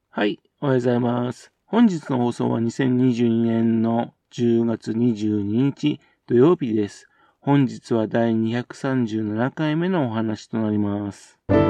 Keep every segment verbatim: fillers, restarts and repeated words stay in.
はい、おはようございます。本日の放送はにせんにじゅうにねんのじゅうがつにじゅうににち土曜日です。本日はだいにひゃくさんじゅうななかいめのお話となります。こ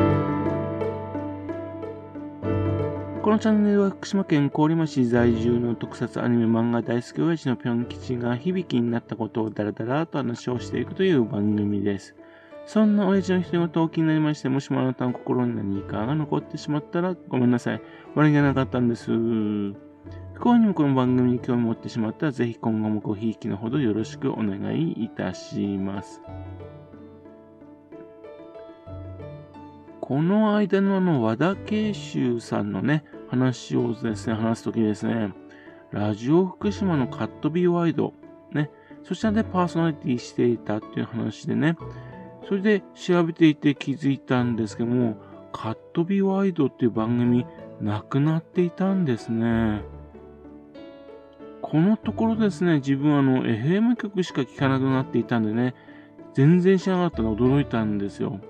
のチャンネルは福島県郡山市在住の特撮アニメ漫画大好き親父のぴょん吉が響きになったことをダラダラと話をしていくという番組です。そんな親父の独り言を気になりまして、もしもあなたの心に何かが残ってしまったらごめんなさい。悪気がなかったんです。不幸にもこの番組に興味を持ってしまったら、ぜひ今後もごひいきのほどよろしくお願いいたします。この間のあの和田慶秀さんのね、話をですね、話すときですね、ラジオ福島のカットビーワイド、ね、そちらでパーソナリティしていたっていう話でね、それで調べていて気づいたんですけども、カットビワイドっていう番組なくなっていたんですね。このところですね、自分あの エフエム 局しか聞かなくなっていたんでね、全然知らなかったの驚いたんですよ。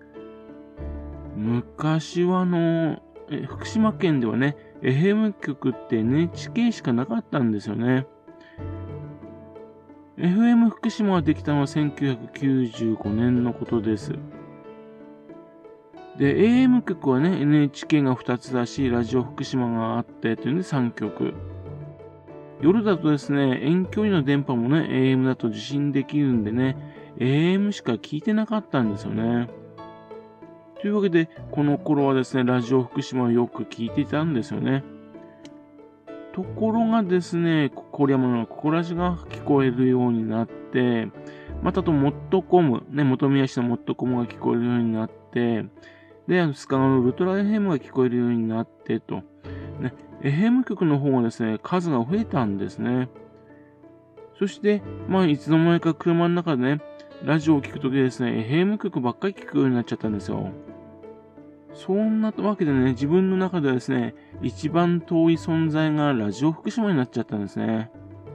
昔はあの、え福島県ではね、エフエム 局って エヌエイチケー しかなかったんですよね。エフエム 福島ができたのはせんきゅうひゃくきゅうじゅうごねんのことです。で、エーエム 局はね、エヌエイチケー がふたつだし、ラジオ福島があってというのでさんきょく。夜だとですね、遠距離の電波もね、エーエム だと受信できるんでね、エーエム しか聞いてなかったんですよね。というわけで、この頃はですね、ラジオ福島をよく聞いていたんですよね。ところがですね、郡山のココラジが聞こえるようになって、またと、モットコム、ね、本宮市のモットコムが聞こえるようになって、で、須賀川のウルトラ エフエム が聞こえるようになってと、ね、エフエム 局の方がですね、数が増えたんですね。そして、まあ、いつの間にか車の中でね、ラジオを聞くときですね、エフエム 局ばっかり聞くようになっちゃったんですよ。そんなわけでね、自分の中ではですね、一番遠い存在がラジオ福島になっちゃったんですね。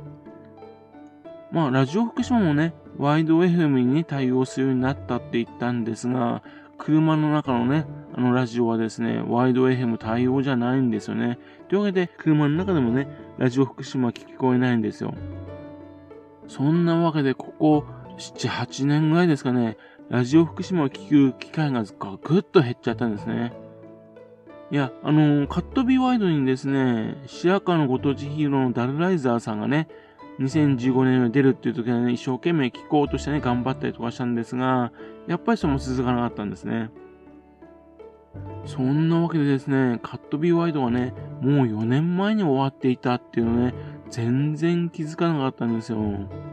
まあ、ラジオ福島もね、ワイド エフエム に、ね、対応するようになったって言ったんですが、車の中のね、あのラジオはですね、ワイド エフエム 対応じゃないんですよね。というわけで、車の中でもね、ラジオ福島は聞こえないんですよ。そんなわけで、ここなな、はちねんぐらいですかね、ラジオ福島を聞く機会がガクッと減っちゃったんですね。いや、あのー、カットビーワイドにですね、白川のご当地ヒーローのダルライザーさんがね、にせんじゅうごねんに出るっていう時はね、一生懸命聞こうとしてね、頑張ったりとかしたんですが、やっぱりそれも続かなかったんですね。そんなわけでですね、カットビーワイドはね、もうよねんまえに終わっていたっていうのね、全然気づかなかったんですよ。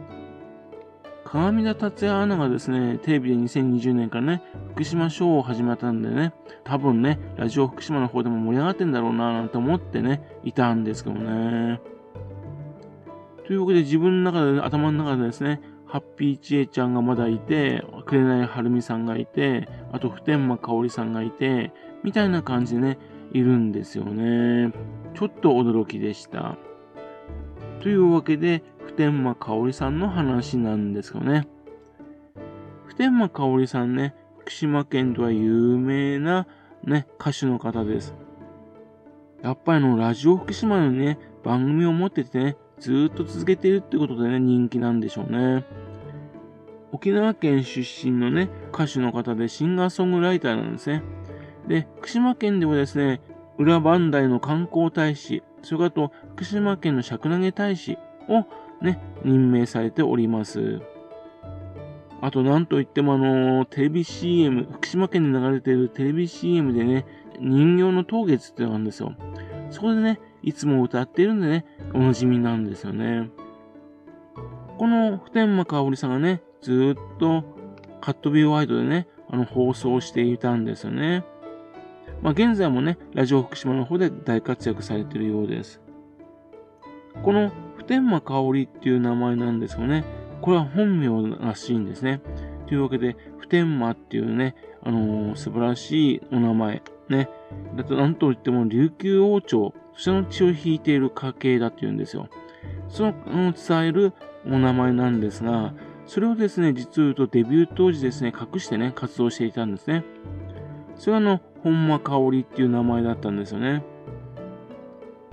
鏡田達也アナがですね、テレビでにせんにじゅうねんからね、福島ショーを始めたんでね、多分ね、ラジオ福島の方でも盛り上がってんだろうなぁなんて思ってね、いたんですけどね。というわけで自分の中で、頭の中でですね、ハッピーちえちゃんがまだいて、紅はるみさんがいて、あと普天間香織さんがいて、みたいな感じでね、いるんですよね。ちょっと驚きでした。というわけで、普天間香織さんの話なんですよね。普天間香織さんね、福島県では有名なね、歌手の方です。やっぱりあの、ラジオ福島のね、番組を持っててね、ずーっと続けているってことでね、人気なんでしょうね。沖縄県出身のね、歌手の方でシンガーソングライターなんですね。で、福島県ではですね、裏磐梯の観光大使、それからと福島県の尺投げ大使をね、任命されております。あと、なんといってもあの、テレビ シーエム、福島県で流れているテレビ シーエム でね、人形の陶月っていうのがあるんですよ。そこでね、いつも歌っているんでね、おなじみなんですよね。この普天間香織さんがね、ずーっとカットビューワイドでね、あの放送していたんですよね。まあ現在もね、ラジオ福島の方で大活躍されているようです。この普天間香織っていう名前なんですよね。これは本名らしいんですね。というわけで、普天間っていうね、あのー、素晴らしいお名前。ね。だと、なんといっても琉球王朝、そちらの血を引いている家系だっていうんですよ。その、伝えるお名前なんですが、それをですね、実を言うとデビュー当時ですね、隠してね、活動していたんですね。それはあの、本間香織っていう名前だったんですよね。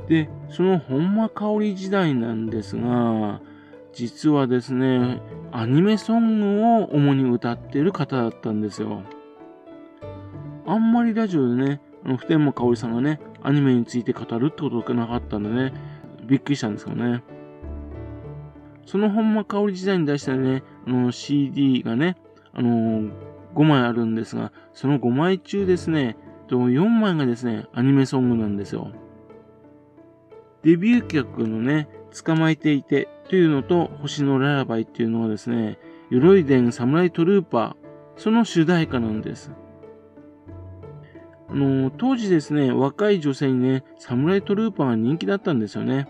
で、その本間香織時代なんですが、実はですね、アニメソングを主に歌っている方だったんですよ。あんまりラジオでね、あの普天間香織さんがね、アニメについて語るってことがなかったんでね、びっくりしたんですけどね。その本間香織時代に出したね、あの シーディー がね、あのー、ごまいあるんですが、そのごまい中ですね、よんまいがですね、アニメソングなんですよ。デビュー曲のね、捕まえていてというのと、星のララバイっていうのはですね、鎧伝サムライトルーパー、その主題歌なんです。あのー、当時ですね、若い女性にね、サムライトルーパーが人気だったんですよね。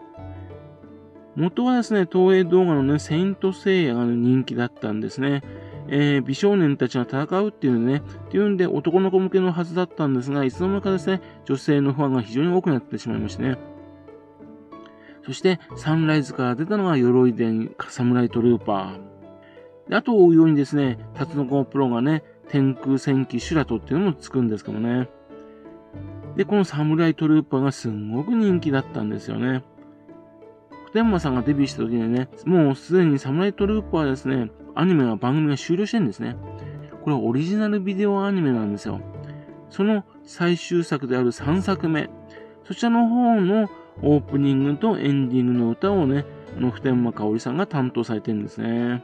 元はですね、東映動画のね、セイントセイヤが、ね、人気だったんですね。えー、美少年たちが戦うっていうね、っていうんで男の子向けのはずだったんですが、いつの間にかですね、女性のファンが非常に多くなってしまいましてね。そして、サンライズから出たのが鎧伝サムライトルーパー。であと追うようにですね、タツノコプロがね、天空戦記シュラトっていうのもつくんですけどね。で、このサムライトルーパーがすんごく人気だったんですよね。普天間さんがデビューした時にね、もうすでにサムライトルーパーはですね、アニメが番組が終了してるんですね。これはオリジナルビデオアニメなんですよ。その最終作であるさんさくめ、そちらの方のオープニングとエンディングの歌をね、あの普天間香織さんが担当されてるんですね。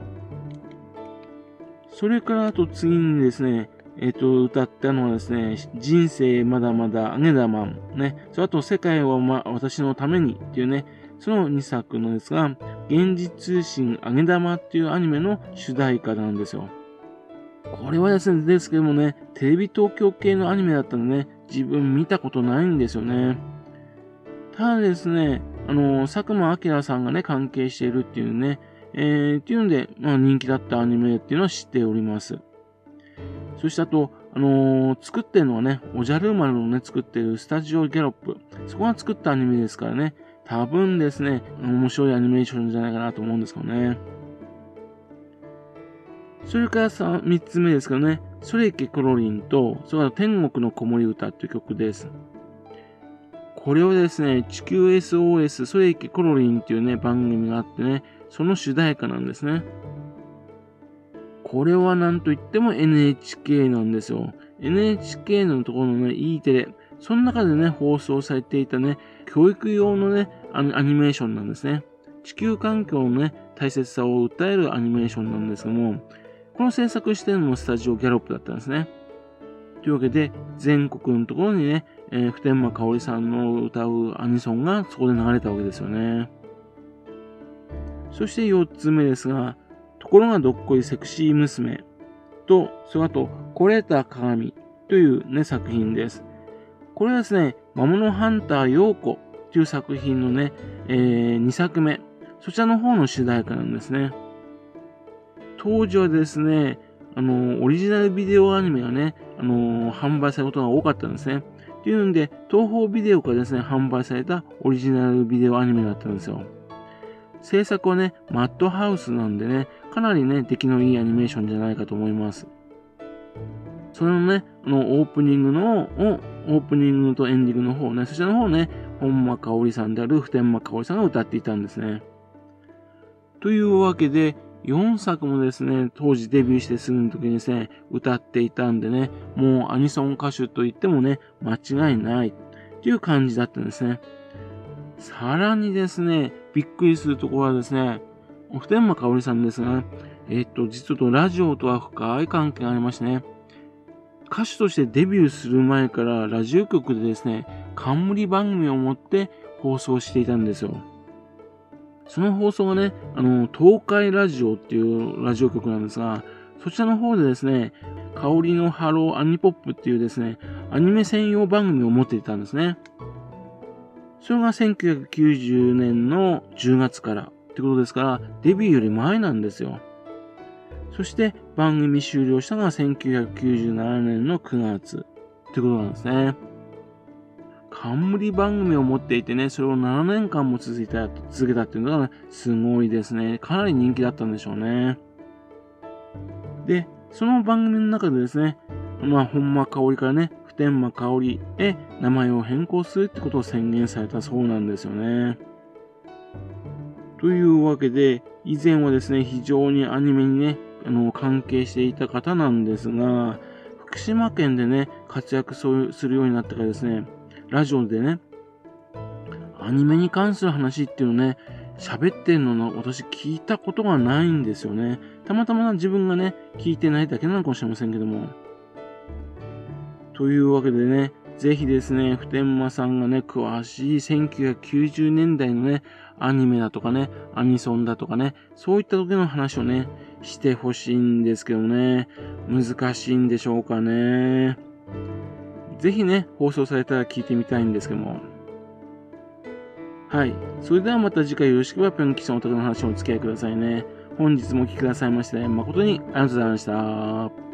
それからあと次にですね、えっと、歌ったのはですね、人生まだまだあげだまん。ね。それあと世界は、ま、私のためにっていうね、そのにさくのですが、現実通信あげだまっていうアニメの主題歌なんですよ。これはですね、ですけどもね、テレビ東京系のアニメだったんでね、自分見たことないんですよね。ただですね、あの、佐久間明さんがね、関係しているっていうね、えー、っていうんで、まあ人気だったアニメっていうのは知っております。そしてあと、あのー、作ってるのはね、おじゃる丸のね、作ってるスタジオギャロップ。そこが作ったアニメですからね、多分ですね、面白いアニメーションじゃないかなと思うんですけどね。それからさ、三つ目ですけどね、ソレイケコロリンと、それから天国の子守歌っていう曲です。これをですね、地球 エスオーエス ソレイケコロリンっていうね、番組があってね、その主題歌なんですね。これはなんといっても エヌエイチケー なんですよ。エヌエイチケー のところのね、E テレ。その中でね、放送されていたね、教育用のね、アニメーションなんですね。地球環境のね、大切さを訴えるアニメーションなんですけども、この制作してるのもスタジオギャロップだったんですね。というわけで、全国のところにね、えー、普天間香織さんの歌うアニソンがそこで流れたわけですよね。そしてよっつめですが、ところがどっこいセクシー娘と、それあと、これた鏡というね、作品です。これはですね、魔物ハンター陽子という作品のね、えー、にさくめ、そちらの方の主題歌なんですね。当時はですね、あの、オリジナルビデオアニメがね、あの、販売されることが多かったんですね。というんで、東宝ビデオからですね、販売されたオリジナルビデオアニメだったんですよ。制作はね、マッドハウスなんでね、かなりね、出来のいいアニメーションじゃないかと思います。それのね、あの、オープニングの、オープニングとエンディングの方ね、そちらの方ね、本間香織さんである普天間香織さんが歌っていたんですね。というわけで、よんさくもですね、当時デビューしてすぐの時にですね、歌っていたんでね、もうアニソン歌手と言ってもね、間違いないっていう感じだったんですね。さらにですね、びっくりするところはですね、普天間香織さんですが、えっと、実はラジオとは深い関係がありましてね、歌手としてデビューする前からラジオ局でですね、冠番組を持って放送していたんですよ。その放送がね、あの、東海ラジオっていうラジオ局なんですが、そちらの方でですね、香りのハローアニポップっていうですね、アニメ専用番組を持っていたんですね。それがせんきゅうひゃくきゅうじゅうねんのじゅうがつからってことですから、デビューより前なんですよ。そして番組終了したのがせんきゅうひゃくきゅうじゅうななねんのくがつってことなんですね。冠番組を持っていてね、それをななねんかんも続いた、続けたっていうのが、ね、すごいですね。かなり人気だったんでしょうね。で、その番組の中でですね、まあ、本間香織からね、 普天間香織へ名前を変更するってことを宣言されたそうなんですよね。というわけで、以前はですね、非常にアニメにね、あの、関係していた方なんですが、福島県でね、活躍するようになってからですね、ラジオでね、アニメに関する話っていうのをね、喋ってんのの私聞いたことがないんですよね。たまたま自分がね、聞いてないだけなのかもしれませんけども。というわけでね、ぜひですね、普天間さんがね、詳しいせんきゅうひゃくきゅうじゅうねんだいのね、アニメだとかね、アニソンだとかね、そういった時の話をね、してほしいんですけどね、難しいんでしょうかね。ぜひね、放送されたら聞いてみたいんですけども。はい。それではまた次回よろしければぴょん吉さんお宅の話にお付き合いくださいね。本日もお聞きくださいまして、誠にありがとうございました。